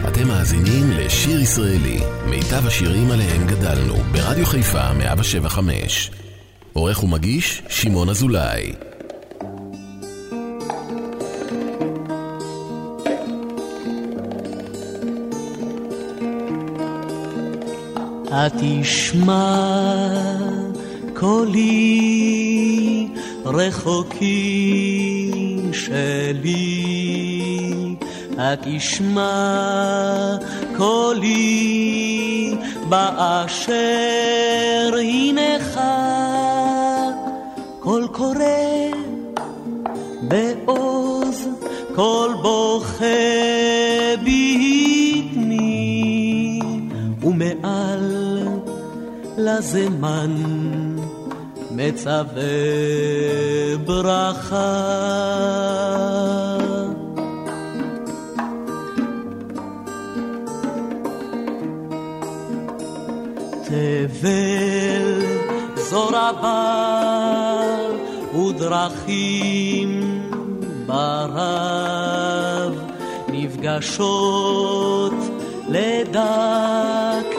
אתם מאזינים לשיר ישראלי, מיטב השירים עליהם גדלנו, ברדיו חיפה 175. עורך ומגיש שמעון אזולאי. התשמע קולי רחוקים שלי, התשמע קולי באשר הנך, קול קורא בעוז, קול בוכה בטני, ומעל לזמן מצווה ברכה. תבל זו רבה ודרכים ברב, נפגשות לדק,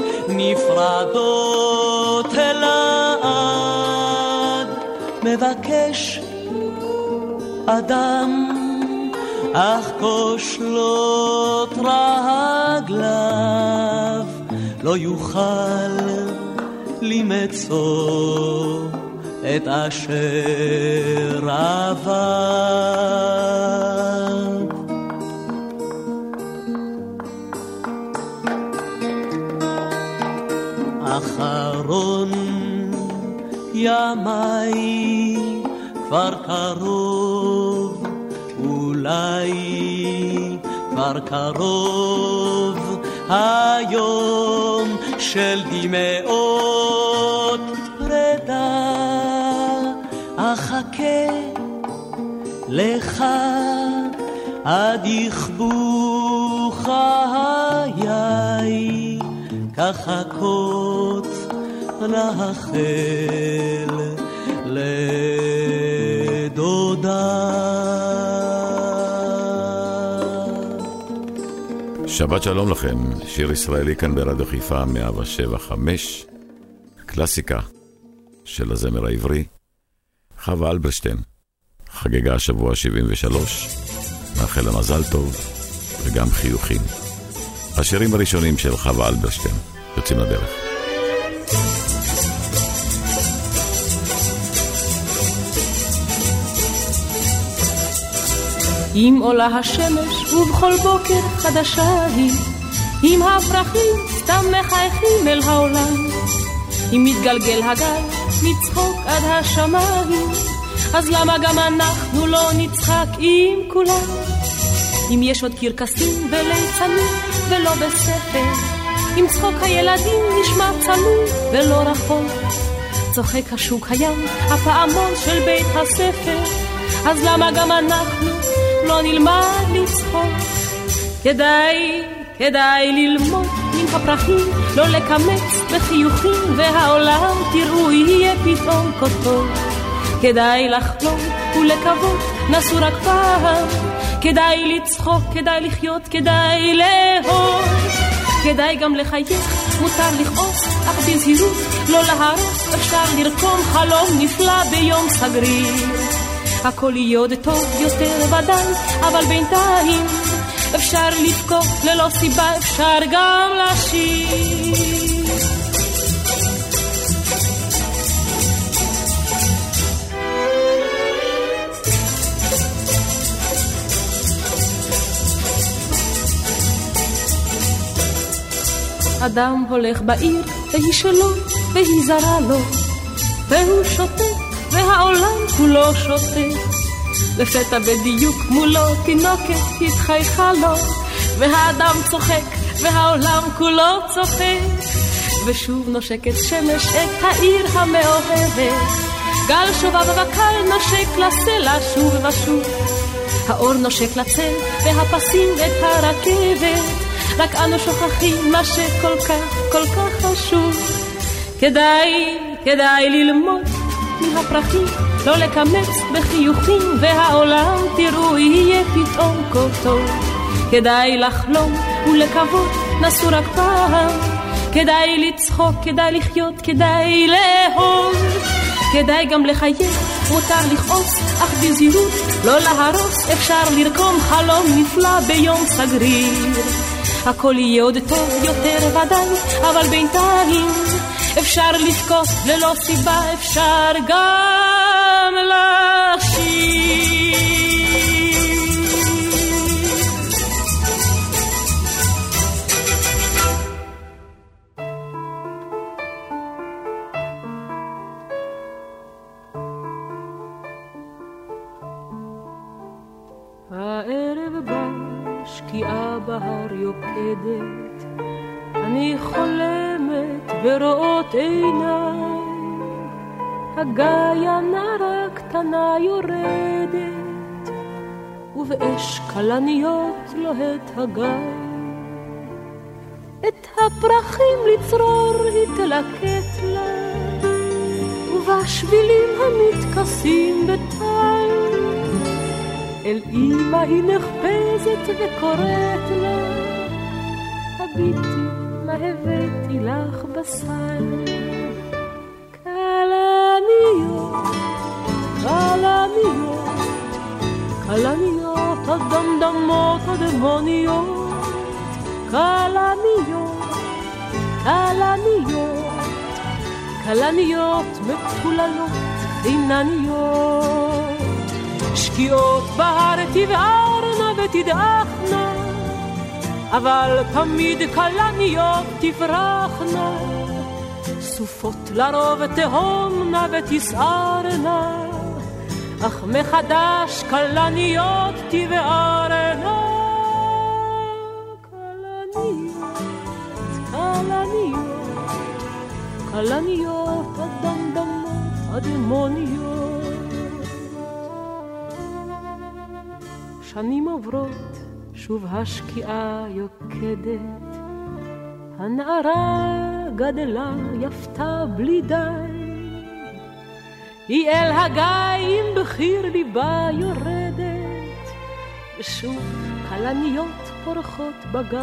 נפרדות לעד. מבקש אדם אך כושלות רגליו, לא יוכל למצוא את אשר עבד. אחרון ימי כבר קרוב, אולי כבר קרוב היום של דמעות פרידה. אחכה לך עד יכבו חיי, כחכות נחל לדודה. שבת שלום לכם, שיר ישראלי כאן ברדיו חיפה 175, קלאסיקה של הזמר העברי. חווה אלברשטיין חגגה השבוע 73, מאחל לה מזל טוב וגם חיוכים. השירים הראשונים של חווה אלברשטיין יוצאים לדרך. אם עולה השמש ובכל בוקר חדשה היא, אם הפרחים סתם מחייכים אל העולם, אם מתגלגל הגל נצחוק עד השמיים, אז למה גם אנחנו לא נצחק עם כולם? אם יש עוד קרקסים וליצנים ולא בספר, אם צחוק הילדים נשמע צנוע ולא רחוק, צוחק השוק הים, הפעמון של בית הספר, אז למה גם אנחנו לא נלמד לצחוק? כדאי ללמוד מן הפרחים, לא לקמץ בחיוכים, והעולם תראו יהיה פתאום כה טוב. כדאי לחלום ולקוות, נסו רק פעם, כדאי לצחוק, כדאי לחיות, כדאי לאהוב, כדאי גם לחייך, מותר לכעוס, אך בזהירות, לא להרוס, אפשר לרקום חלום נפלא ביום סגריר. הכל יהיה טוב יותר ודאי, אבל בינתיים אפשר לבכות ללא סיבה, אפשר גם לשיר. אדם הולך בעיר, והיא שלו, והיא זרה לו, והוא שותה, והעולם כולו שותה. לפתע בדיוק מולו תינוקת התחייכה לו, והאדם צוחק, והעולם כולו צוחק. ושוב נושקת שמש את העיר המאוהבת, גל שובב וקל נושק לסלע שוב ושוב. האור נושק לצל, והפסים את הרכבת, רק אנו שוכחים מה שכל כך, כל כך חשוב. כדאי ללמוד מן הפרחים, לא לקמץ בחיוכים, והעולם תראו יהיה פתאום כה טוב. כדאי לחלום ולקוות נסו רק פעם. כדאי לצחוק, כדאי לחיות, כדאי לאהוב, כדאי גם לחייך, מותר לכעוס, אך בזהירות לא להרוס. אפשר לרקום חלום נפלא ביום סגריר, הכל יהיה עוד טוב יותר ודאי, אבל בינתיים אפשר לבכות ללא סיבה, אפשר גם לשיר. הערב בשקיעה בהר יוקדת, אני חולמת בראות עיניי, הגיא נערה קטנה יורדת, ובאש כלניות לוהט הגיא. את הפרחים לצרור היא תלקט לה, ובשבילים המתכסים בטל, אל אמא היא נחפזת וקוראת לה, הביטי מה הבאתי לך בסל. כלניות, כלניות, כלניות הדמדמות הדמוניות, כלניות, כלניות, כלניות מפוללות חינניות, שקיעות בהר תבערנה ותדעכנה, אבל תמיד כלניות תפרחנה, סופות לרוב תהומנה ותסערנה, אך מחדש כלניות תבערנה. כלניות, כלניות, כלניות הדמדמות הדמוניות. שנים עוברות, שוב השקיעה יוקדת, הנערה גדלה יפתה בלי די, היא אל הגיא עם בחיר ליבה יורדת, ושוב כלניות פורחות בגיא,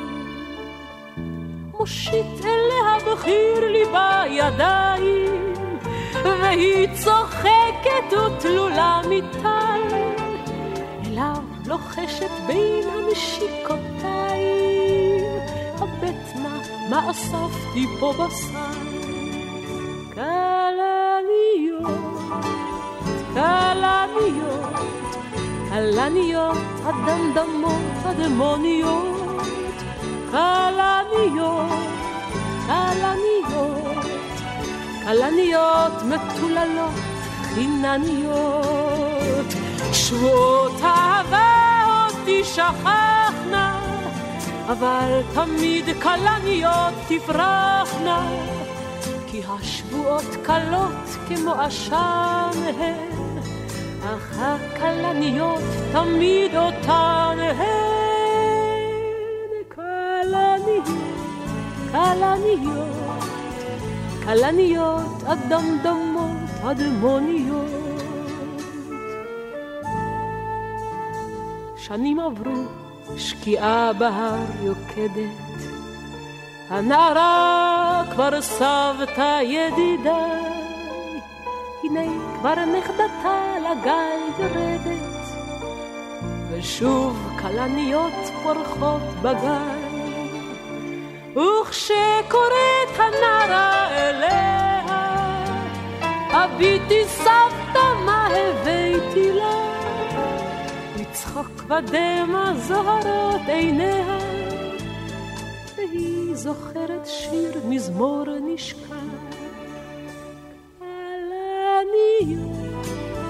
מושיט אליה בחיר ליבה ידיים, והיא צוחקת ותלולה מטל, אליו לוחשת בין הנשיקותיים, הבטנה מה אספתי פה בסל. כלניות, כלניות, כלניות הדמדמות הדמוניות, כלניות, כלניות, כלניות מטוללות חינניות, שבועות אהבה עוד תשכחנה, אבל תמיד כלניות תפרחנה, כי השבועות קלות כמו עשן הן, אך הכלניות תמיד אותן הן. כלניות, כלניות, כלניות הדמדמות הדמוניות. שנים עברו, שקיעה בהר יוקדת, הנערה כבר סבתה ידידיי, הנה כבר נכדתה לגיא יורדת, ושוב כלניות פורחות בגיא, וכשקוראת הנערה אליה, הביטי סבתא מה הבאתי לה, לצחוק בדמע זוהרות עיניה, והיא זוכרת שיר מזמור נשכח. כלניות,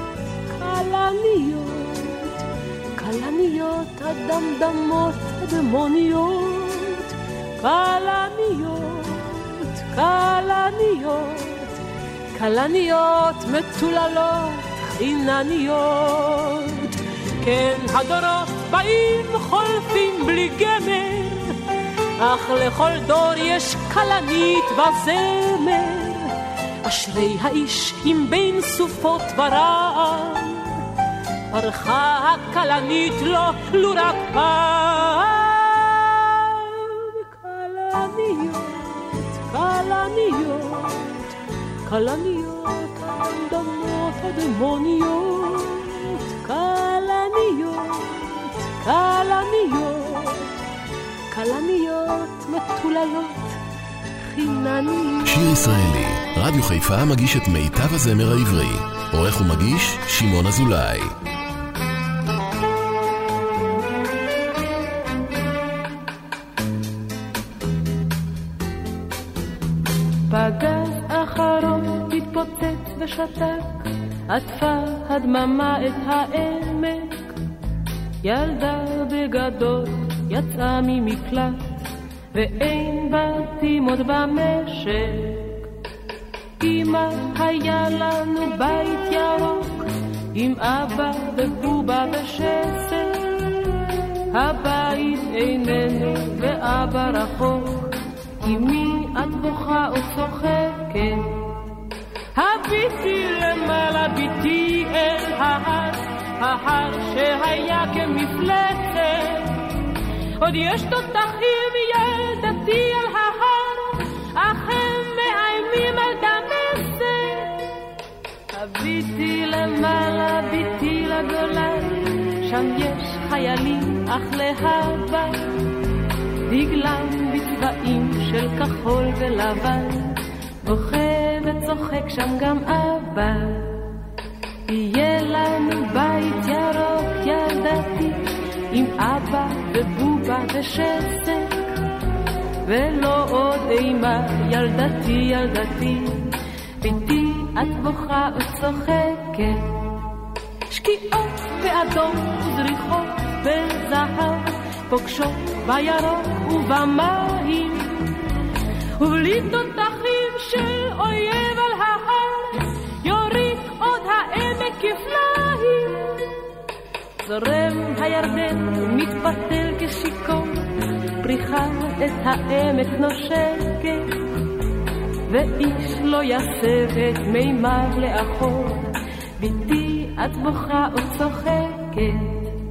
כלניות, כלניות הדמדמות הדמוניות, כלניות, כלניות, כלניות מטוללות חינניות. כן, הדורות באים חולפים בלי גמר, אך לכל דור יש כלנית וזמר. אשרי האיש עם בין סופות ורעם, פרחה הכלנית לו רק פעם. כלניות, כלניות עמדנות הדמוניות, כלניות, כלניות, כלניות מטוללות חינניות. שיר ישראלי, רדיו חיפה מגיש את מיטב הזמר העברי. עורך ומגיש שמעון אזולאי. פגז אחרון התפוצץ ושתק, עטפה הדממה את העמק. ילדה בגדול יצאה ממקלט, ואין בתים עוד במשק. אמא היה לנו בית ירוק, עם אבא ובובה ושסק. הבית איננו ואבא רחוק, אמי את בוכה או צוחקת. הביטי למעלה ביטי אל ההר, ההר שהיה כמפלצת. עוד יש תותחים ילדתי על ההר, אך הם מאיימים על דמשק. הביטי למעלה ביטי לגולן, שם יש חיילים אך להבה, דגלם בצבעים של כחול ולבן, בוכה וצוחק שם גם אבא. יהיה לנו בית ירוק ילדתי, עם אבא ובובה ושסק, ולא עוד אימה ילדתי ילדתי. ביתי את בוכה וצוחקת, שקיעות באדום וזריחות בזהב, פוגשות בירוק ובמים, ובלי תותחים של אויב על ההר, יוריק עוד העמק כפליים. זורם הירדן מתפתל כשיקום, פריחה את העמק נושקת, ואיש לא יסב את מימיו לאחור. ביתי את בוכה וצוחקת,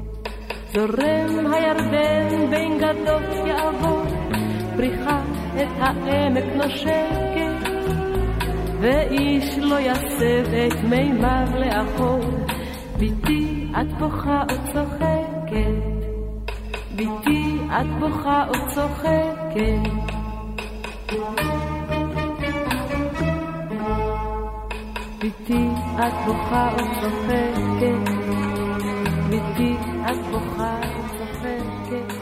זורם הירדן בין גדות יעבור, פריחה את העמק נושקת, ואיש לא יסב את מימיו לאחור. ביתי את בוכה וצוחקת, ביתי את בוכה וצוחקת. ביתי את בוכה וצוחקת, ביתי את בוכה וצוחקת.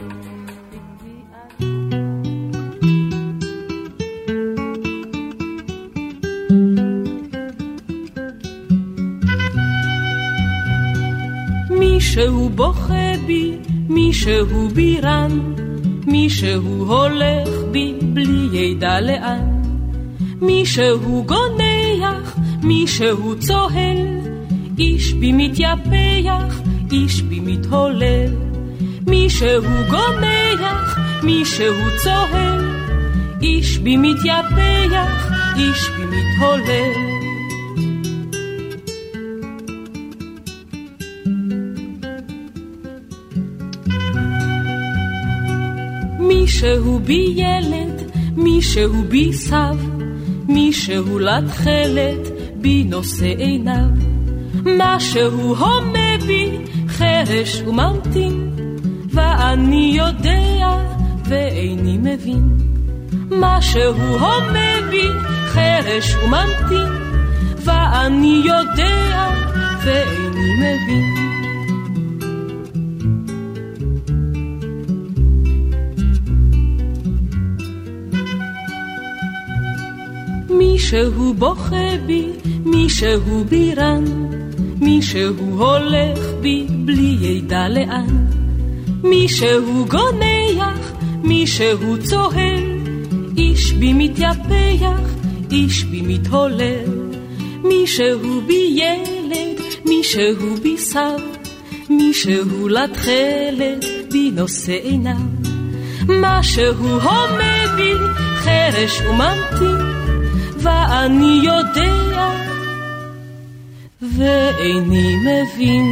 מישהו בוכה בי, מישהו בירן, מישהו הולך בי בלי ידע לאן. מישהו גונח, מישהו צוהל, איש בי מתייפח, איש בי מתהולל. מישהו גונח, מישהו צוהל, איש בי מתייפח, איש בי מתהולל. מישהו בי ילד, מישהו בי סב, מישהו לתחלת בי נושא עיניו. משהו הומה בי חרש וממתין, ואני יודע ואיני מבין. משהו הומה בי חרש וממתין, ואני יודע ואיני מבין. מישהו בוכה בי, מישהו בירן, מישהו הולך בי בלי ידע לאן. מישהו גונח, מישהו צוהל, איש בי מתייפח, איש בי מתהולל. מישהו בי ילד, מישהו בי סב, מישהו לתחלת בי נושא עיניו. משהו הומה בי חרש וממתין, ואני יודע ואיני מבין.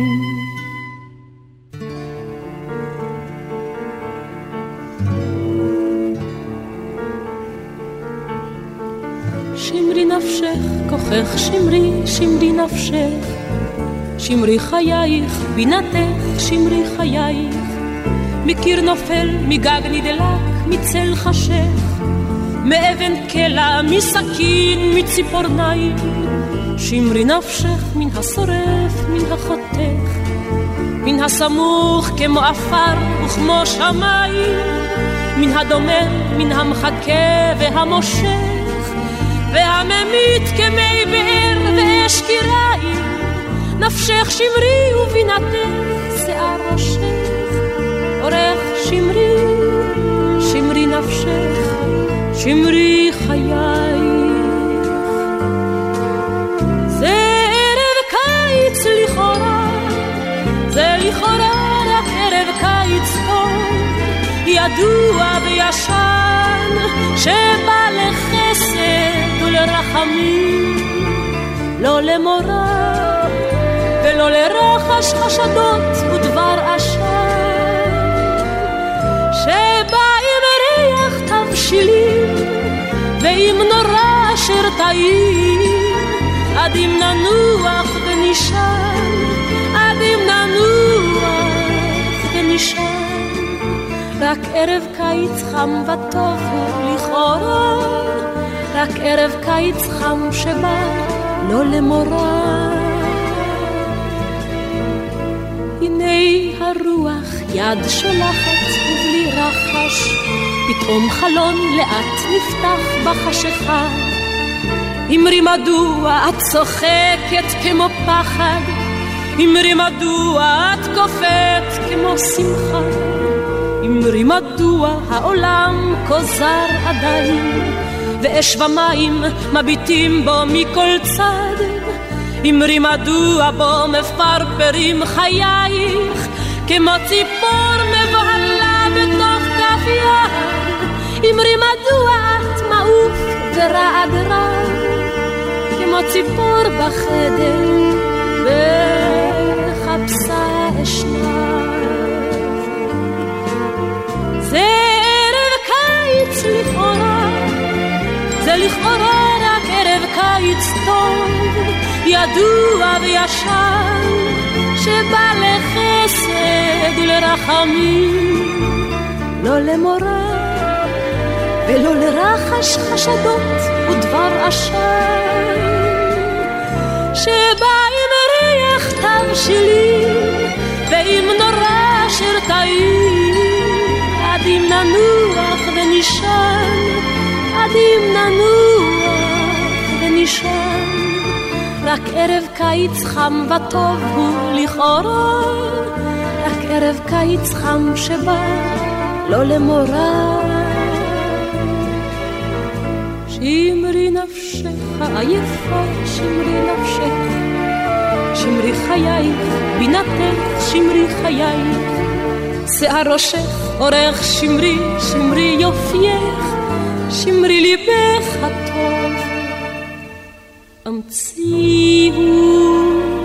שמרי נפשך, כוחך שמרי, שמרי נפשך, שמרי חייך, בינתך, שמרי חייך, מקיר נופל, מגג נדלק, מצל חשך, מאבן קלה, מסכין, מציפורניים, שמרי נפשך מן השורף, מן החותך, מן הסמוך כמו אפר וכמו שמיים, מן הדומם, מן המחכה והמושך, והממית כמי באר ואש קיריים, נפשך שמרי ובינתך שיער ראשך, אורך שמרי, שמרי נפשך, שמרי חייך. זה ערב קיץ לכאורה, זה לכאורה רק ערב קיץ טוב, ידוע וישן, שבא לחסד ולרחמים, לא למורא ולא לרחש חשדות ודבר עשן, שבא עם ריח תבשילים ועם נורא אשר טעים, עד אם ננוח ונשן, עד אם ננוח ונשן. רק ערב קיץ חם וטוב הוא לכאורה, רק ערב קיץ חם שבא לא למורא. הנה הרוח יד שולחת ובלי רחש, פתאום חלון לאט נפתח בחשיכה. אמרי מדוע את צוחקת כמו פחד, אמרי מדוע את קופאת כמו שמחה, אמרי מדוע העולם כוזר עדיין, ואש ומים מביטים בו מכל צד, אמרי מדוע בו מפרפרים חייך, כמו ציפור מבהלה בתוך כף יד, אמרי מדוע את מעוף ורעד רעד, כמו ציפור בחדר וחפשה אשנב. זה ערב קיץ לכאורה, זה לכאורה רק ערב קיץ טוב, ידוע וישן, שבא לחסד ולרחמים, לא למורא ולא לרחש חשדות ודבר עשן, שבא עם ריח תבשילים ועם נורא אשר טעים, עד אם ננוח ונשן, עד אם ננוח ונשן. רק ערב קיץ חם וטוב הוא לכאורה, רק ערב קיץ חם שבא לא למורא. שמרי נפשך עייפה, שמרי נפשך, שמרי חייך, בינתך שמרי חייך, שיער ראשך, אורך שמרי, שמרי יופייך, שמרי ליבך הטוב, המציאו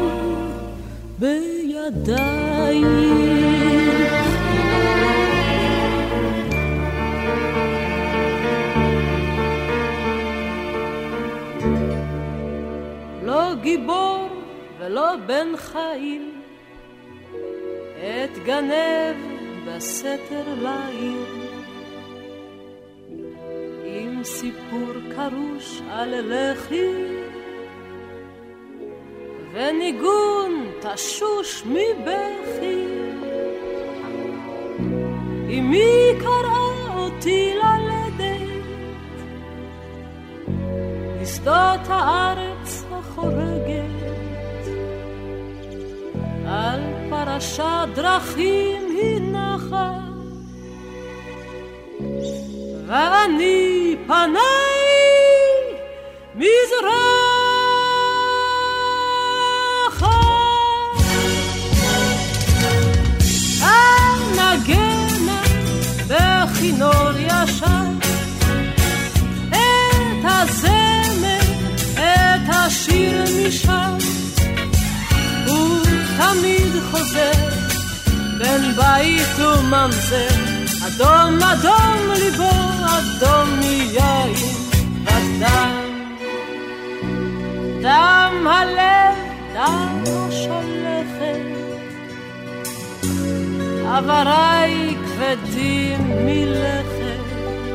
בידייך. לא גיבור ולא בן חיל, את גנב בסתר לעיר, עם סיפור קרוש על לחי, וניגון תשוש מבכי. אמי קראה אותי ללדת בשדות הארץ החורגת, על פרשת דרכים היא נחה, ואני פניי מזרחה. אנגנה בכינור ישן את הזמר, את השיר משם, הוא תמיד חוזר בין בית וממזר, אדום אדום ליבו, אדום מיין ודם. עבריי כבדים מלכת,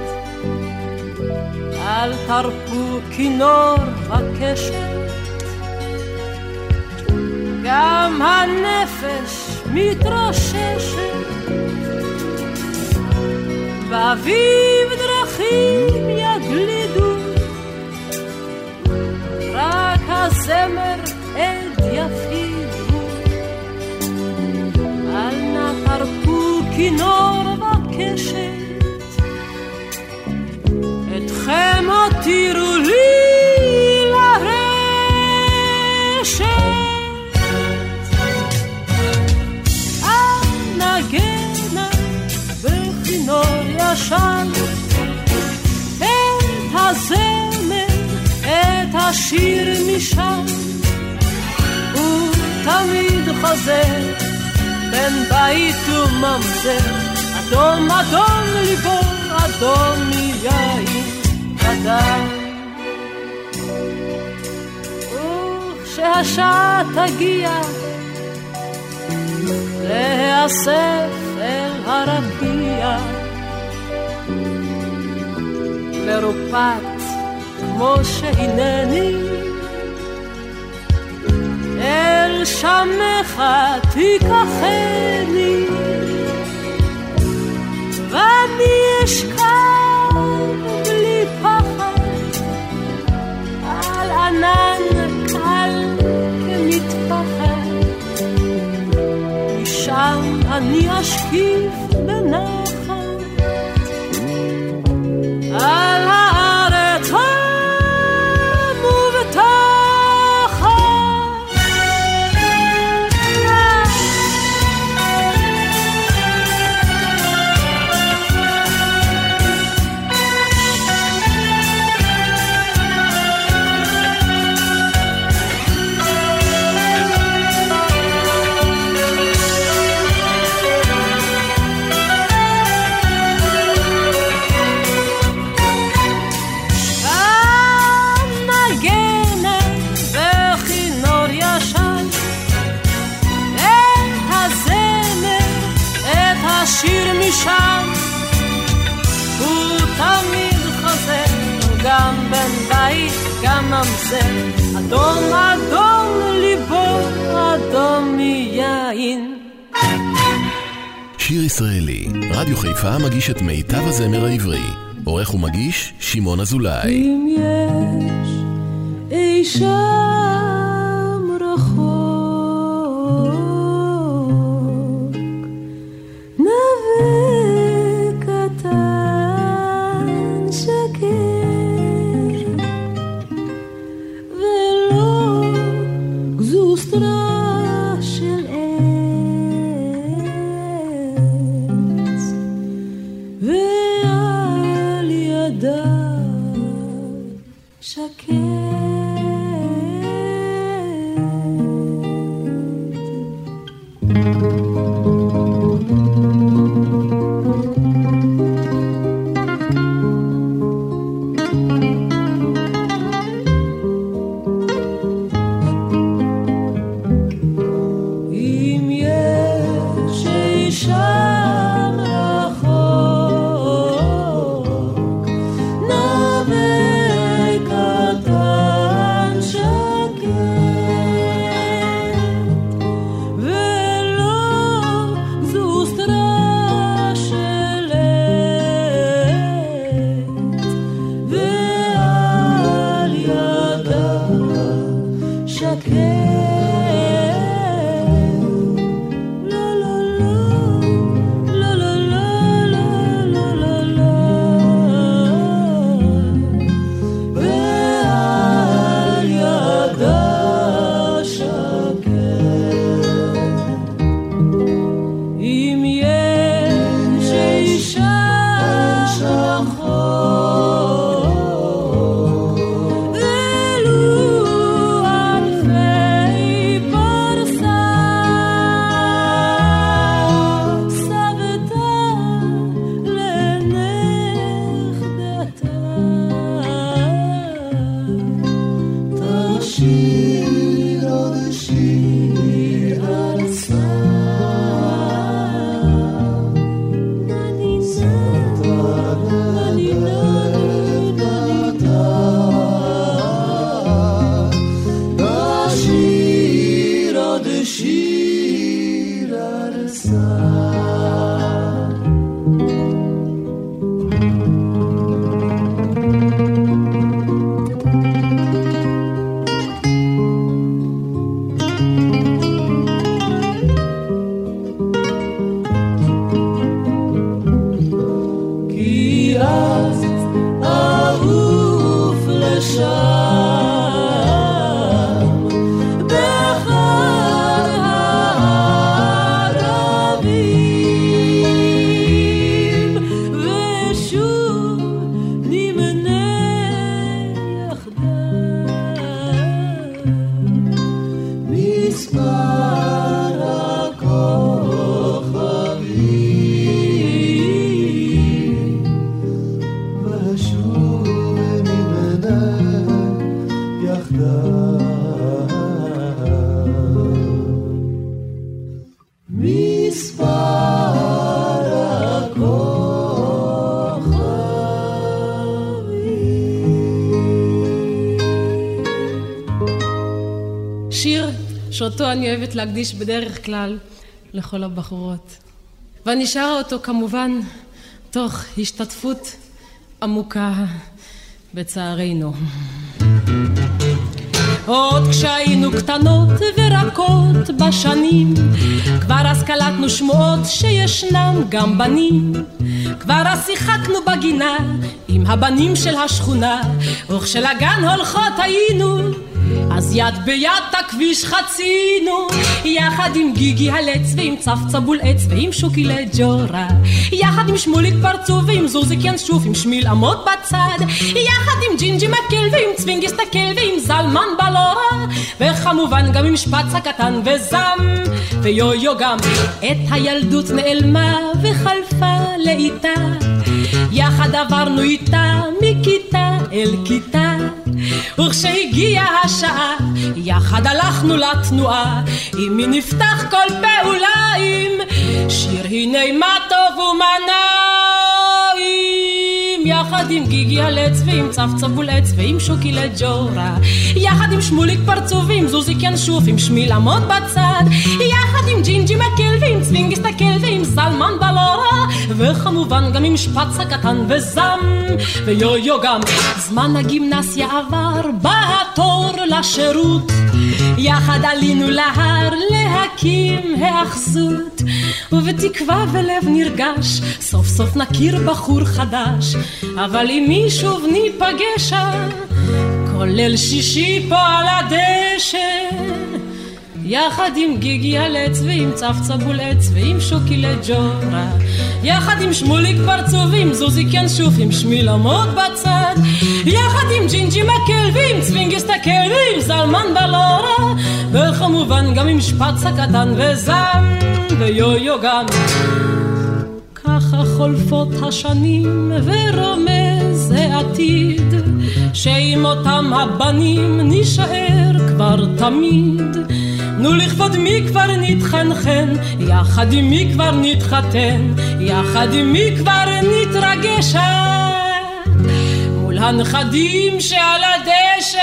אל תרפו כינור וקשת, גם הנפש מתרוששת, באביב דרכים יגלידו, רק הזמר עד יפהיבו, אל נא תרפו כינור וקשת, אתכם הותירו לי לרשת, אנגנה בכינור ישן, את הזמר, את השיר משם, הוא תמיד חוזר בין בית וממזר, אדום אדום ליבו, אדום מיין אדם. וכשהשעה תגיע להיאסף אל הרקיע, מרופט כמו שהנני, אל שמך תיקחני, ואני אשכב בלי פחד על ענן קל כמטפחד, משם אני אשקיף בנחת על הארץ שם, הוא תמיד חוזר, גם בן בית, גם ממזר, אדום אדום ליבו, אדום מיין. שיר ישראלי, רדיו חיפה מגיש את מיטב הזמר העברי, עורך ומגיש שמעון אזולאי. אם יש אי שם רחוק נווה קטן אז אעוף לשם בחר הערבים ושוב נמנה יחדיו מספר הכוכבים ושוב נמנה יחדיו מספר הכוכבים. שיר שאותו אני אוהבת להקדיש בדרך כלל לכל הבחורות, ואני שרה אותו כמובן תוך השתתפות עמוקה בצערנו. עוד כשהיינו קטנות ורקות בשנים, כבר אז קלטנו שמועות שישנם גם בנים. כבר אז שיחקנו בגינה עם הבנים של השכונה, וכשלגן הולכות היינו, אז יד ביד את הכביש חצינו, יחד עם גיגי הלץ ועם צפצבול עץ ועם שוקי לג'ורה, יחד עם שמוליק פרצוף ועם זוזיק ינשוף עם שמיל עמוד בצד, יחד עם ג'ינג'י מקל ועם צווינגיס תקל ועם זלמן בלורה, וכמובן גם עם שפץ הקטן וזם ויו-יו גם. את הילדות נעלמה וחלפה לאיתה, יחד עברנו איתה מכיתה אל כיתה, וכשהגיעה השעה יחד הלכנו לתנועה, עם מי נפתח כל פעולה עם שיר הנה מה טוב ומה נעים, יחד עם גיגי הלץ ועם צפצבול עץ ועם שוקי לג'ורה, יחד עם שמוליק פרצוף ועם זוזיק ינשוף עם שמיל עמוד בצד, יחד עם ג'ינג'י מקל ועם צווינגיס תקל ועם זלמן בלורה, וכמובן גם עם שפץ הקטן וזם ויו-יו גם. זמן הגימנסיה עבר, בא התור לשירות, יחד עלינו להר להקים האחזות, ובתקווה ולב נרגש סוף סוף נכיר בחור חדש, אבל אם מי שוב ניפגש כולל שישי פה על הדשא, יחד עם גיגי הלץ ועם צפצבול עץ ועם שוקי לג'ורה, יחד עם שמוליק פרצוף ועם זוזיק ינשוף עם שמיל עמוד בצד, יחד עם ג'ינג'י מקל ועם צווינגיס תקל ועם זלמן בלורה, וכמובן גם עם שפץ הקטן וזם ויו-יו גם. ככה חולפות השנים ורומז העתיד, שעם אותם הבנים נשאר כבר תמיד. נו לכבוד מי כבר נתחנכן, יחד עם מי כבר נתחתן, יחד עם מי כבר נתרגש מול הנכדים שעל הדשא.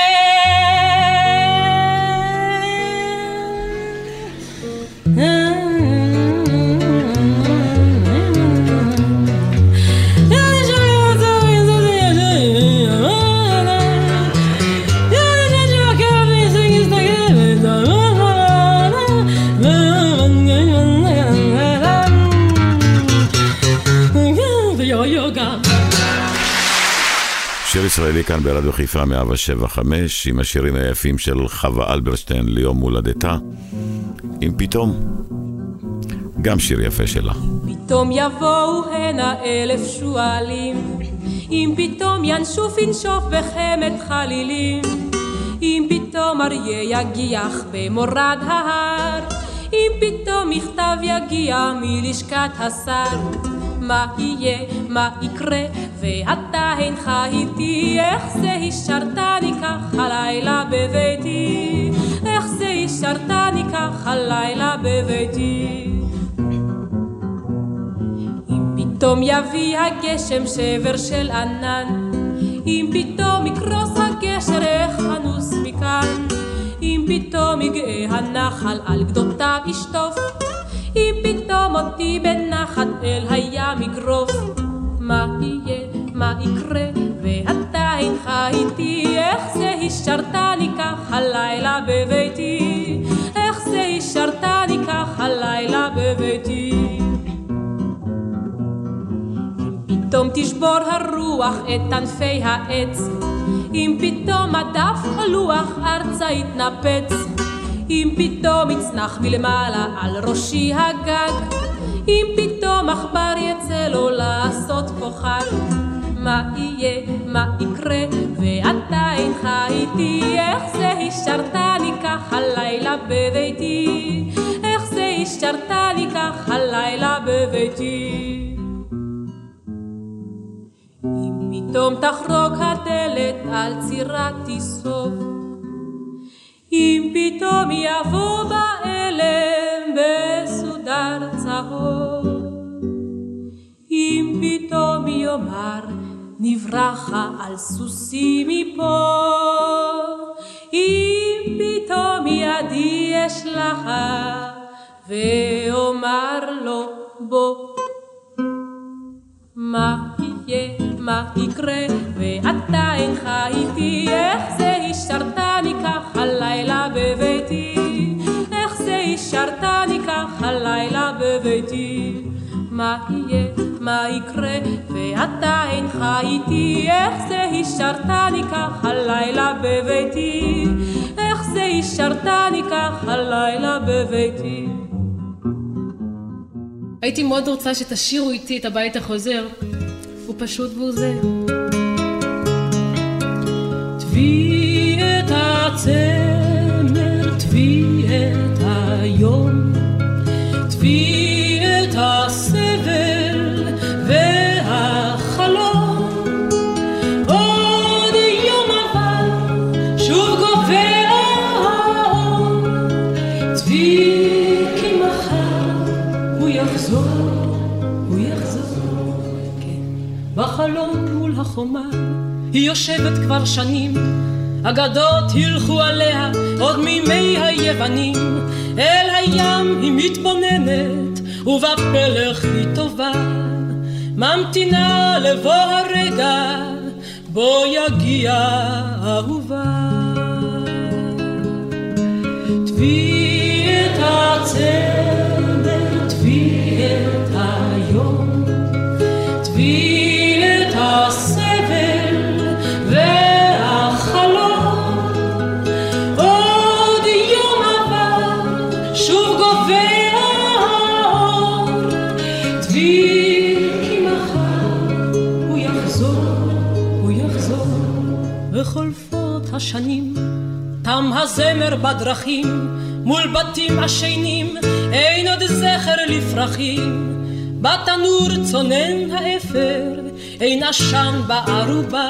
שיר ישראלי כאן ברדיו חיפה 107.5, עם השירים היפים של חווה אלברשטיין ליום הולדתה, עם פתאום, גם שיר יפה שלה. פתאום יבואו הנה 1000 שואלים, אם פתאום ינשוף ינשוף בחמת חלילים, אם פתאום אריה יגיח במורד ההר, אם פתאום מכתב יגיע מלשכת השר, מה יהיה, מה יקרה, ואתה אינך איתי, איך זה השארתני כך הלילה בביתי, איך זה השארתני כך הלילה בביתי. אם פתאום יביא הגשם שבר של ענן, אם פתאום יקרוס הגשר איך אנוס מכאן, אם פתאום יגאה הנחל על גדותיו ישטוף, אם פתאום אותי בנחת אל הים יגרוף, מה יהיה, מה יקרה, ואתה אינך איתי, איך זה השארתני כך הלילה בביתי, איך זה השארתני כך הלילה בביתי. אם פתאום תשבור הרוח את ענפי העץ, אם פתאום הדף או לוח ארצה יתנפץ, אם פתאום יצנח מלמעלה על ראשי הגג, אם פתאום עכבר יצא לו לעשות פה חג, מה יהיה, מה יקרה, ואתה אינך איתי, איך זה השארתני כך הלילה בביתי, איך זה השארתני כך הלילה בביתי. אם פתאום תחרוק הדלת על צירתי סוף, אם פתאום יבוא באלם בסודר צהוב, אם פתאום יאמר נברחה על סוסי מפה, אם פתאום ידי אשלחה ואומר לו בוא, מה יהיה, מה יקרה, ואתה אינך איתי, איך זה השארתני כך הלילה בביתי, איך זה השארתני כך הלילה בביתי, מה יהיה, מה יקרה, ואתה אינך איתי, איך זה השארתני כך הלילה בביתי, איך זה השארתני כך הלילה בביתי. הייתי מאוד רוצה שתשירו איתי את הבית החוזר, הוא פשוט והוא זה. תביא את הצמר, תביא את היום, תביא את הסבל והחלום, עוד יום עבר שוב גובר האור, תביא כי מחר הוא יחזור, הוא יחזור, כן. בחלום מול החומה היא יושבת כבר שנים, אגדות הלכו עליה עוד מימי היוונים, אל הים היא מתבוננת ובפלך היא טובה, ממתינה לבוא הרגע בו יגיע אהובה. תביא את הצמר, תביא את היום, תביא את הסבל והחלום, עוד יום עבר שוב גובר האור, תביא כי מחר הוא יחזור, הוא יחזור. וחולפות השנים, תם הזמר בדרכים, מול בתים עשנים, אין עוד זכר לפרחים, בתנור צונן האפר, אין עשן בערובה,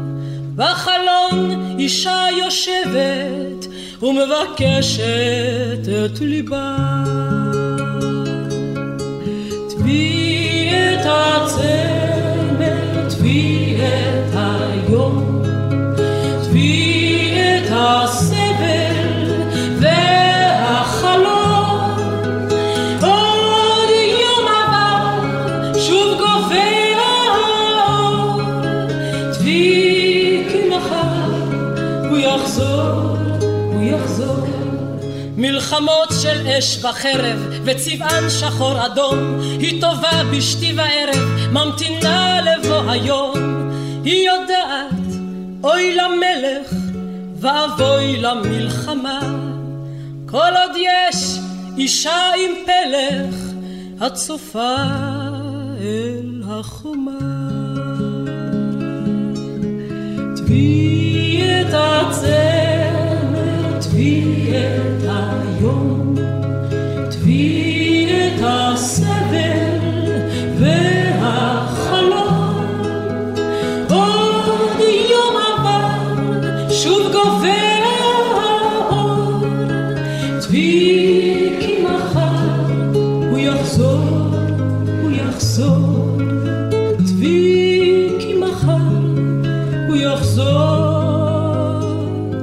בחלון אישה יושבת ומבקשת את ליבה. תביא את הצמר, תביא את היום, תביא את הסבל והחלום, עוד יום עבר שוב גובר האור, תביא כי מחר הוא יחזור, הוא יחזור. מלחמות של אש וחרב וצבען שחור אדום, היא טובה בשתי וערב, ממתינה לבוא היום, היא יודעת אוי למלך ואבוי למלחמה, כל עוד יש אישה עם פלך הצופה אל החומה. תביא את הצמר, תביא את היום, תביא את הסבל והחלום, עוד יום עבר שוב גובר האור, תביא כי מחר הוא יחזור, הוא יחזור, תביא כי מחר הוא יחזור,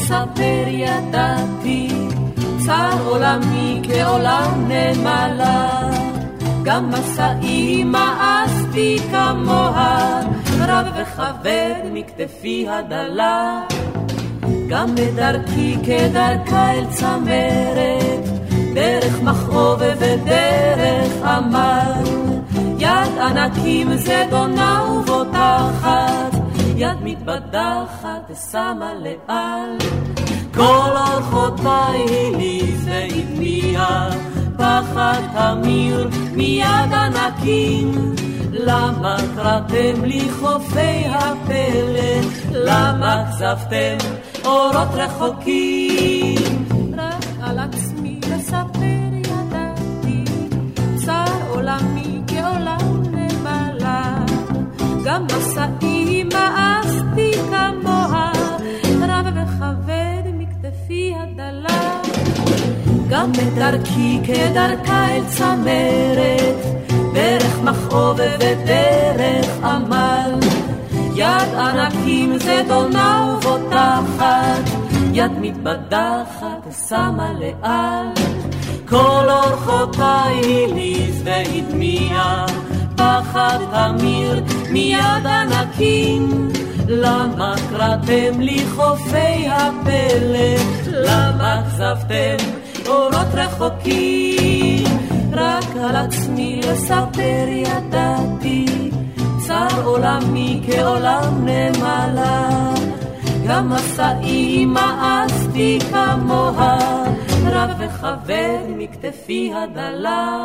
לספר ידעתי, צר עולמי כעולם נמלה, גם מסעי מאסתי כמוה, רב וכבד מכתפי הדלה, גם בדרכי כדרכה אל צמרת, דרך מכאוב ודרך עמל, יד ענקים זדונה ובוטחת, יד מתבדחת ושמה לאל, כל אורחותיי הליז והדמיע, פחד תמיר מיד ענקים, למה קראתם לי חופי הפלא, למה כזבתם אורות רחוקים, רק על עצמי לספר ידעתי, צר עולמי כעולם נמלה, גם מסעי מאסתי כמוה, רב וכבד מכתפי הדלה, גם בדרכי כדרכה אל צמרת, דרך מכאוב ודרך עמל, יד ענקים זדונה ובוטחת, יד מתבדחת ושמה לאל, כל אורחותיי הליז והדמיע, פחד תמיר מיד ענקים, למה קראתם לי חופי הפלא, למה כזבתם אורות רחוקים, רק על עצמי לספר ידעתי, צר עולמי כעולם נמלה, גם מסעי מאסתי כמוה, רב וכבד מכתפי הדלה,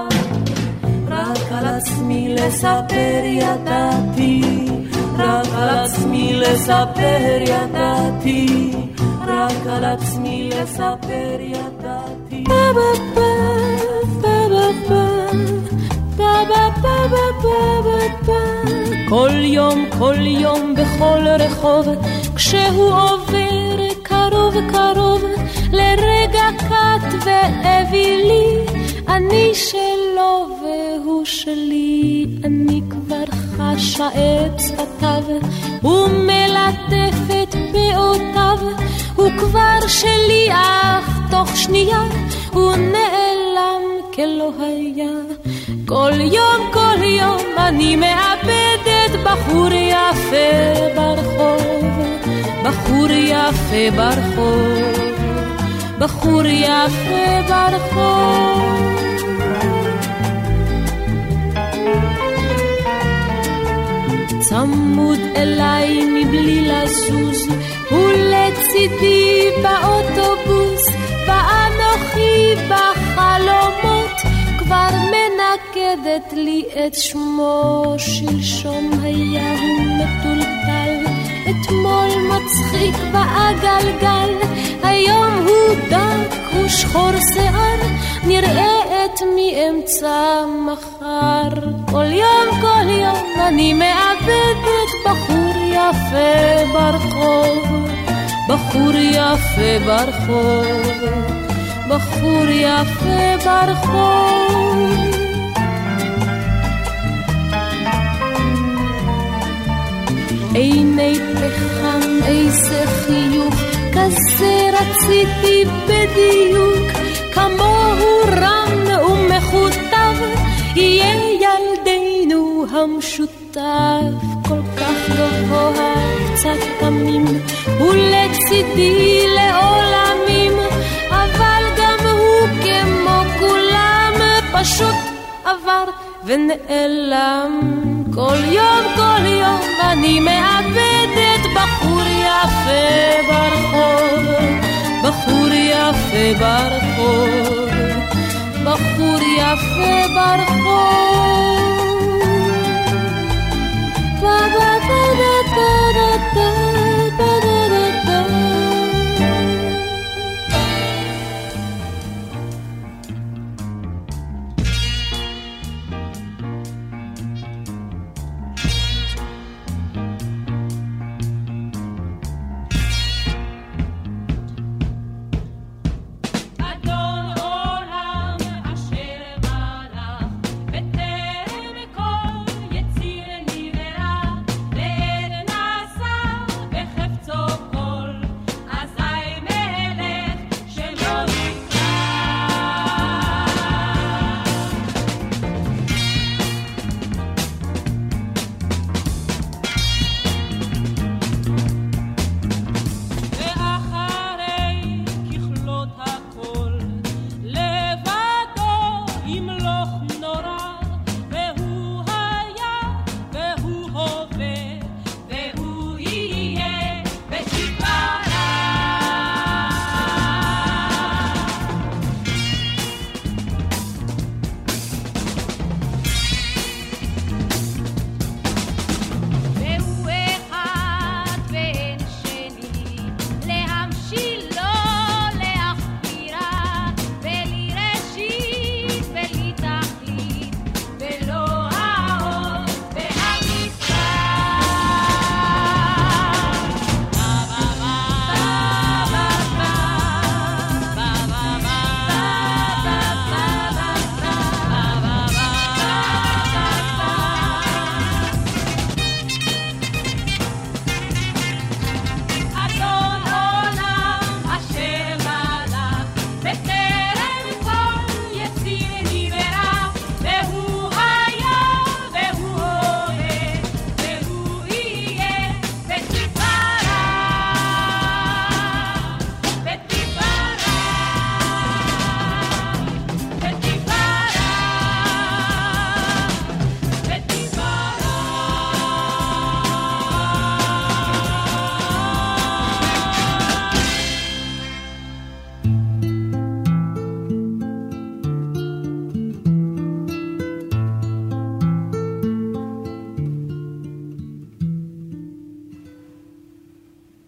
רק על עצמי לספר ידעתי, רק על עצמי לספר ידעתי, רק על עצמי לספר ידעתי. כל יום בכל רחוב, כשהוא עובר קרוב קרוב לרגע קט ואווילי, אני שלו והוא שלי, אני כבר חשה את שפתיו ומלטף את פאותיו, הוא כבר שלי אך תוך שנייה הוא נעלם כלא היה. כל יום אני מאבדת בחור יפה ברחוב, בחור יפה ברחוב, בחור יפה ברחוב. צמוד אליי מבלי לזוז, ולצידי באוטובוס, ואנוכי בחלומות כבר מנקדת לי את שמו. שלשום היה הוא מטולטל, אתמול מצחיק ועגלגל, היום הוא דק ושחור שיער, נראה את מאמצע מחר. כל יום אני מאבדת בחור יפה ברחוב, בחור יפה ברחוב, בחור יפה ברחוב. עיני פחם, איזה חיוך, כזה רציתי בדיוק, כמוהו רם ומחוטב, יהיה ילדינו המשותף. כל כך גבוה, קצת תמים, ולצידי לעולמים, אבל גם הוא כמו כולם, פשוט עבר ונעלם. כל יום אני מאבדת בחור יפה ברחוב, בחור יפה ברחוב, בחור יפה ברחוב. ba ba ba ba ba ba ba ba ba. אדון עולם אשר מלך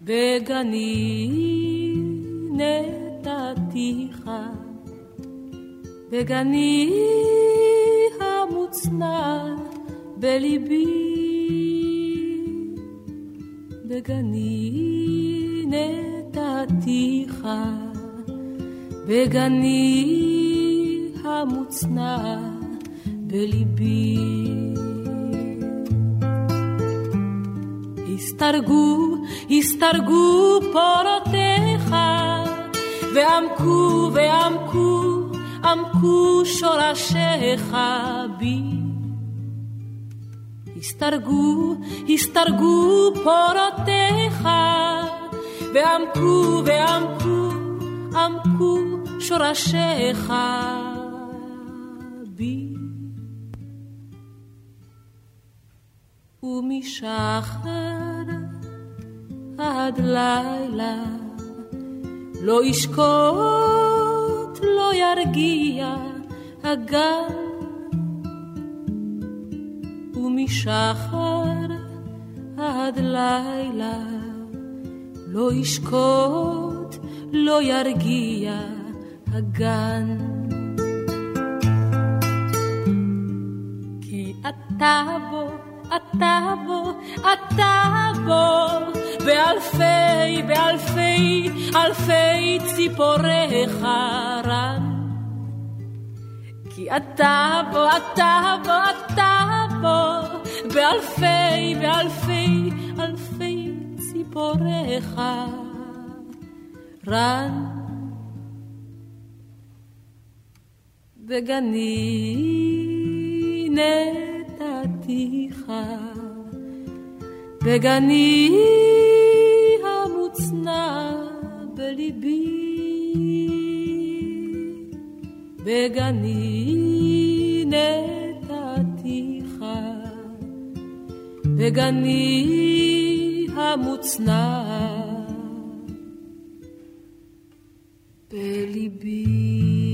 בגני נתתיך, בגני המוצנע בליבי, בגני נתתיך, בגני המוצנע בליבי. הסתרגו פורותיך, ועמקו שורשיך בי. הסתרגו פורותיך, ועמקו שורשיך בי. ומשחר עד לילה לא ישקוט, לא ירגיע הגן. ומשחר עד לילה לא ישקוט, לא ירגיע הגן. כי אתה בו באלפי ציפוריך רן. כי אתה בו באלפי ציפוריך רן. בגני נתתיך, בגני המוצנע בליבי, בגני נתתיך, בגני המוצנע בליבי.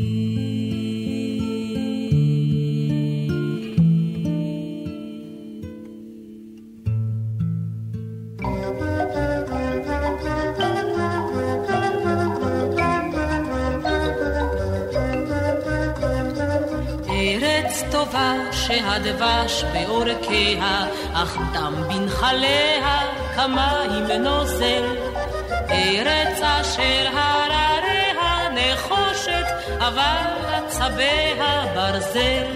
טובה שהדבש באורכיה, אך דם בנחליה כמים נוזל. ארץ אשר הרריה נחושת, אבל עצביה ברזל.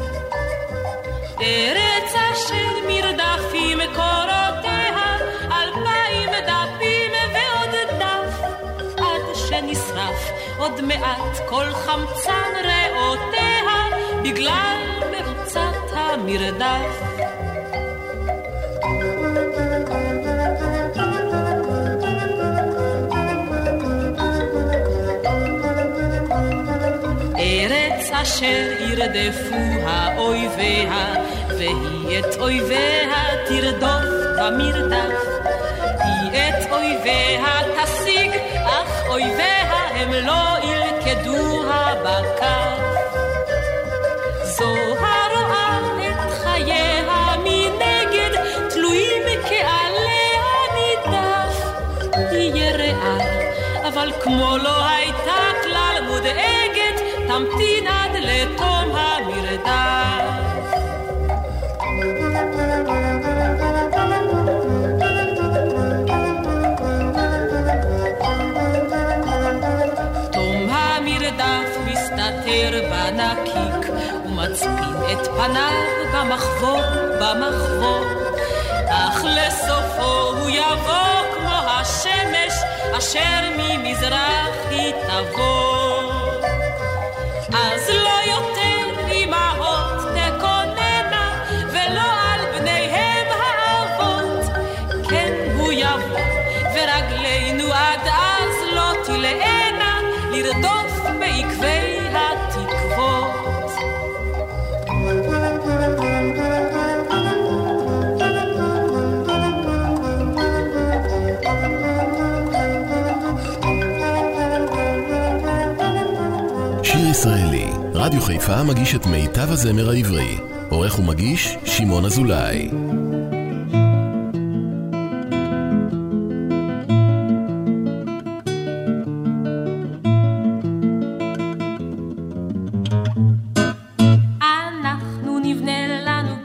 ארץ אשר מרדפים קורותיה, 2000 דפים ועוד דף, עד שנשרף עוד מעט כל חמצן ריאותיה, בגלל מרוצת המרדף. ארץ אשר ירדפוה אויביה, והיא את אויביה תרדוף במרדף. היא את אויביה תשיג, אך אויביה הם לא ילכדוה בקו. זו הרואה את חייה מנגד, תלויים כעליה נידף. היא יראה, אבל כמו לא הייתה כלל מודאגת, תמתין עד לתום המרדף. תום המרדף מסתתר בנקיק, ומצפין את פניו במחבור, אך לסופו הוא יבוא כמו השמש אשר ממזרח היא תבוא. אז לא יותר אמהות תקוננה, ולא על בניהם האבות. כן הוא יבוא ורגלינו עד אז לא תלענה, לרדוף בעקבי התקוות. שיר ישראלי, רדיו חיפה מגיש את מיטב הזמר העברי. עורך ומגיש שמעון אזולאי.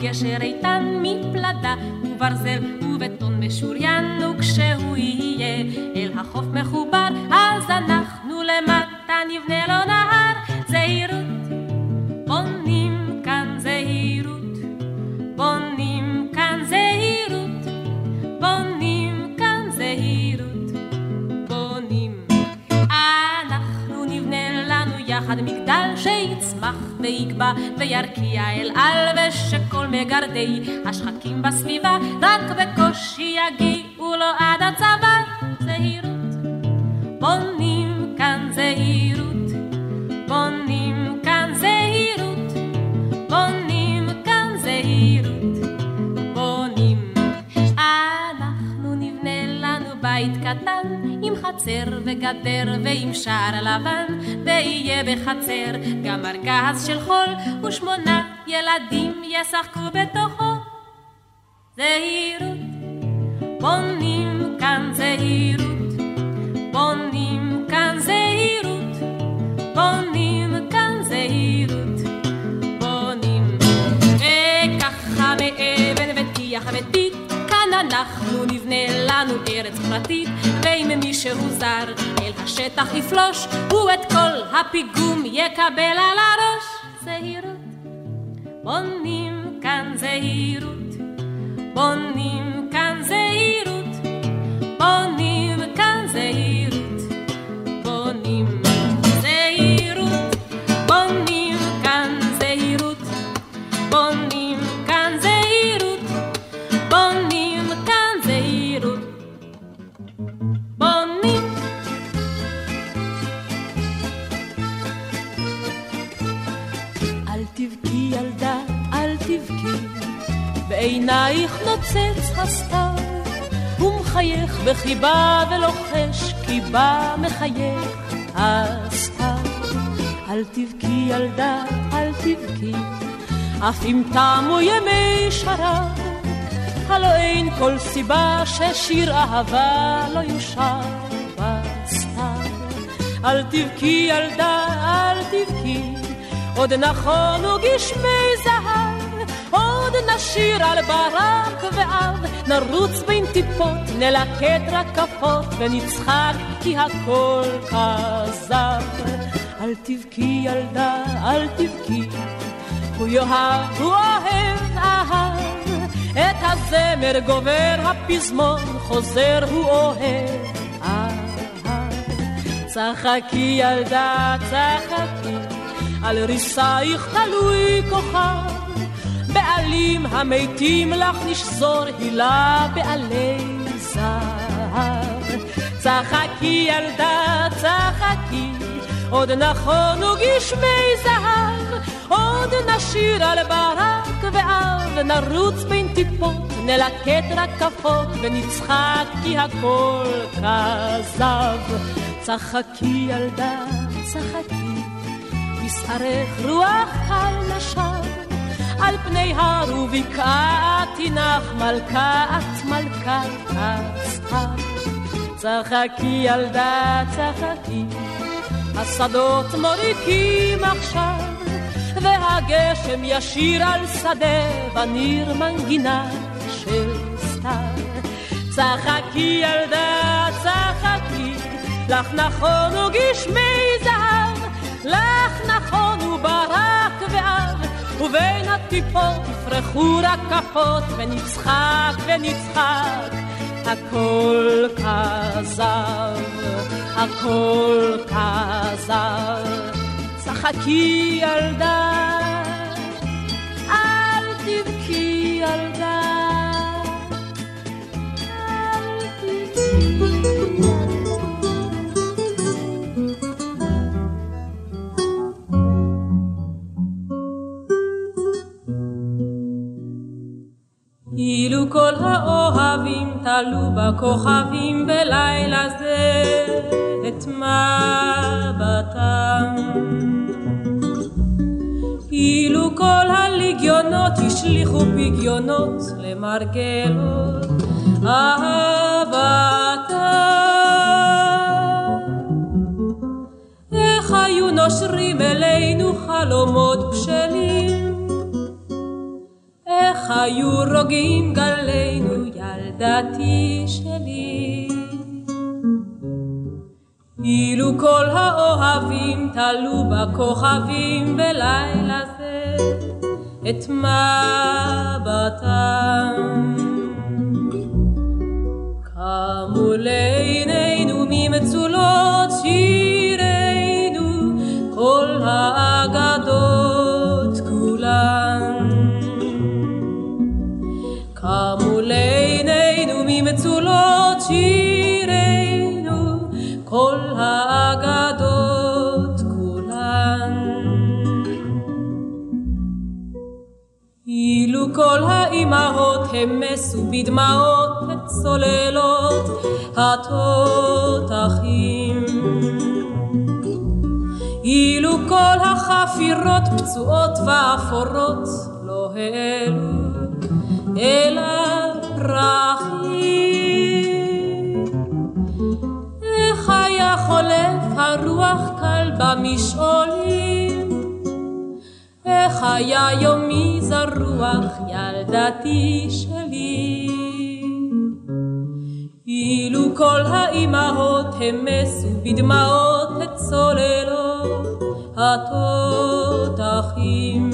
גשר איתן מפלדה וברזל ובטון משוריין, וכשהוא יהיה אל החוף מחובר, אז אנחנו למטה נבנה לו נהר. זהירות, בונים כאן זהירות, בונים כאן זהירות, בונים כאן זהירות, בונים. אנחנו נבנה לנו יחד מגדל שיצמח ויקבע וירקיע אל על, ושכל מגרדי השחקים בסביבה רק בקושי יגיעו לו עד הצבא. זהירות, בונים כאן זהירות, בונים כאן זהירות, בונים כאן זהירות, בונים. אנחנו נבנה לנו בית קטן עם חצר וגדר ועם שער לבן, ויהיה בחצר גם ארגז של חול, ו8 ילדים ישחקו בתוכו. זהירות, בונים כאן זהירות, בונים כאן זהירות, בונים כאן זהירות, בונים. וככה מאבן וטיח וטיט כאן אנחנו נבנה לנו ארץ פרטית, ואם מישהו זר אל השטח יפלוש, הוא את כל הפיגום יקבל על הראש. זהירות, בונים כאן זהירות, בונים כאן זהירות, בונים כאן זהירות, בונים. זהירות, בונים כאן זהירות, בונים כאן זהירות, בונים כאן זהירות, בונים. אל תבכי ילדה, אל תבכי, בעינייך נוצץ הסתיו, הוא מחייך בחיבה ולוחש, כי בא מחייך הסתיו. אל תבכי ילדה, אל תבכי, אף אם תמו ימי שרב, הלא אין כל סיבה ששיר אהבה לא יושר בסתיו. אל תבכי ילדה, אל תבכי, עוד נכונו גשמי זהב, עוד נשיר על ברק ואב, נרוץ בין טיפות, נלקט רקפות ונצחק, כי הכל כזב. אל תבכי ילדה, אל תבכי, הוא יאהב, הוא אוהב, אהב, את הזמר גובר, הפזמון חוזר, הוא אוהב, אהב. צחקי ילדה, צחקי, על ריסייך תלוי כוכב, בעלים המתים לך נשזור הילה בעלי זהב. צחקי ילדה, צחקי, עוד נכונו גשמי זהב, עוד נשיר על ברק ואב, נרוץ בין טיפות, נלקט רקפות ונצחק, כי הכל כזב. צחקי ילדה, צחקי, בשערך רוח קל נשב, על פני הר ובקעת תנח מלכת מלכת הסתיו. צחקי ילדה, צחקי, השדות מוריקים עכשיו, והגשם ישיר על שדה וניר מנגינה של סתיו. צחקי ילדה, צחקי, לך נכונו גשמי זהב, לך נכונו ברק ואב, ובין הטיפות יפרחו רקפות, ונצחק ונצחק, הכל כזב, הכל כזב. צחקי ילדה, אל תבכי ילדה, אל תבכי. אילו כל האוהבים תלו בכוכבים בלילה זה את מבטם, אילו כל הליגיונות השליחו פגיונות למרגלות אהבתם, איך היו נושרים אלינו חלומות בשלים, איך היו רוגעים גלינו ילדתי שלי. אילו כל האוהבים תלו בכוכבים בלילה זה את מבטם. קמו לעינינו ממצולות שירינו כל האגדות כולן. קמו לעינינו ממצולות שירינו כל האגדות כולן. אילו כל האימהות המסו בדמעות את צוללות התותחים, אילו כל החפירות פצועות ואפורות לא העלו אל הפרחים, איך היה חולף הרוח קל במשעולים, איך היה יומי זרוח ילדתי שלי. אילו כל האימהות המסו בדמעות את צוללות התותחים,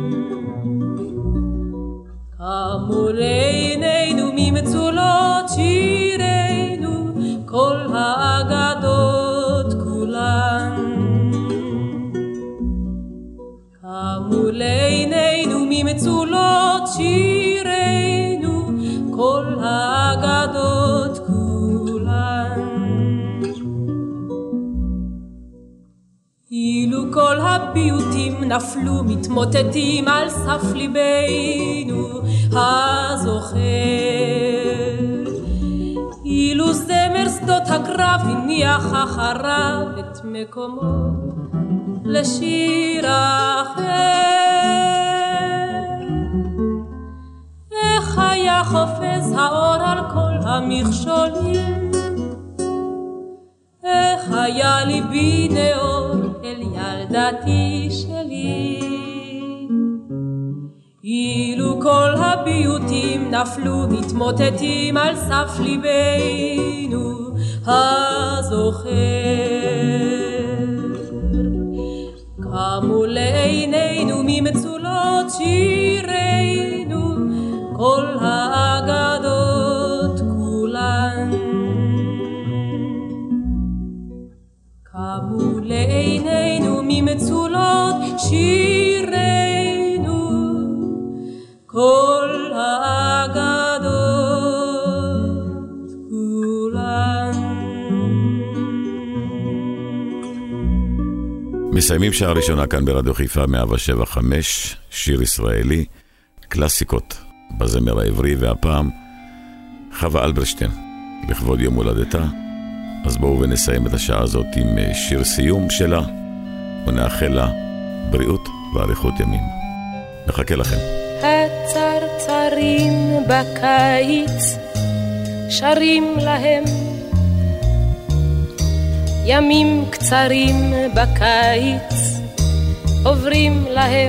קמו לעינינו ממצולות שירינו כל האגדות כולן. קמו לעינינו ממצולות שירינו כל האגדות כולן. אילו כל הפיוטים נפלו מתמוטטים על סף ליבנו הזוכר, אילו זמר שדות הקרב הניח אחריו את מקומו לשיר אחר, איך היה חופז האור על כל המכשולים, איך היה ליבי נאור אל ילדתי שלי. אילו כל הביוטים נפלו מתמוטטים על סף ליבנו הזוכר, קמו לעינינו ממצולות שירינו כל האגדות כולן. קמו לעינינו ממצולות שירינו כל האגדות כולן. מסיימים שעה ראשונה כאן ברדיו חיפה 107.5, שיר ישראלי, קלאסיקות בזמר העברי, והפעם חווה אלברשטיין לכבוד יום הולדתה. אז בואו ונסיים את השעה הזאת עם שיר סיום שלה, ונאחל לה בריאות ואריכות ימים. נחכה לכם. הצרצרים בקיץ שרים להם, ימים קצרים בקיץ עוברים להם,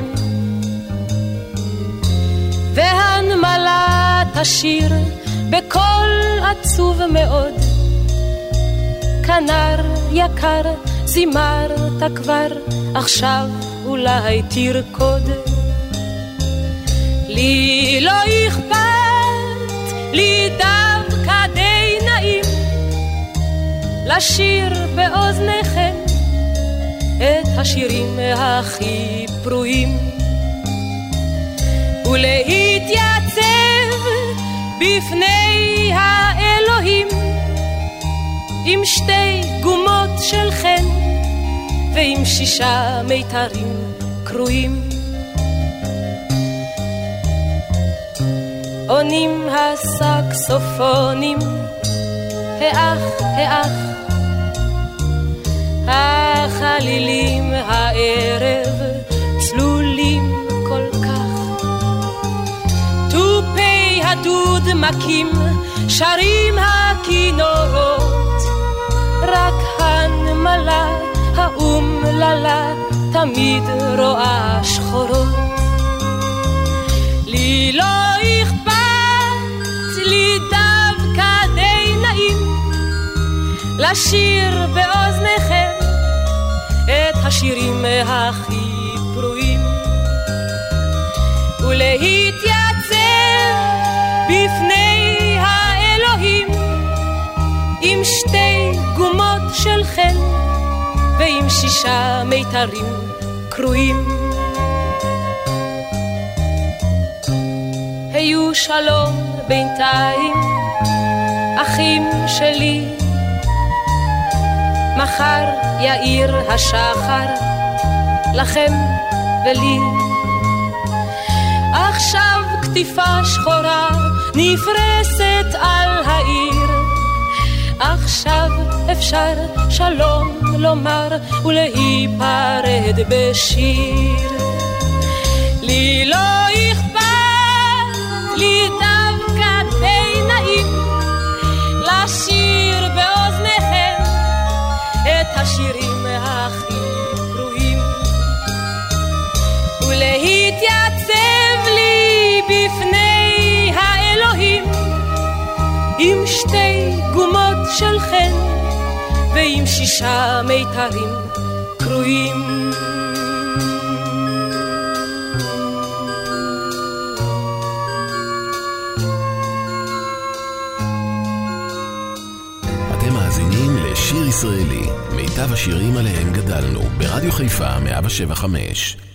והנמלה תשיר בקול עצוב מאוד, כנר יקר זימרת כבר, עכשיו אולי תרקוד. לי לא אכפת, לי דווקא די נעים לשיר באוזניכם את השירים הכי פרועים, ולהתייצב בפני האלוהים עם שתי גומות של חן ועם 6 מיתרים קרועים. עונים הסקסופונים, האח, האח, החלילים הערב צלולים כל כך, טופי הדוד מקים שרים הכינורות, רק הנמלה האומללה תמיד רואה שחורות. לי לי לא אכפת, לי דווקא די נעים לשיר באוזניכם את השירים הכי פרועים ולהתייצב בפני האלוהים עם 2 גומות של חן ועם 6 מיתרים קרועים. היו שלום בינתיים אחים שלי, מחר יאיר השחר לכם ולי. עכשיו כתיפה שחורה נפרסת על העיר, עכשיו אפשר שלום לומר ולהיפרד בשיר. לי לא אכפת, לי דווקא די נעים לשיר באוזניכם את השירים הכי פרועים ולהתייצב לי בפני האלוהים עם 2 גומות של חן ועם 6 מיתרים קרועים. אתם מאזינים לשיר ישראלי, מיטב השירים עליהם גדלנו, ברדיו חיפה 107.5.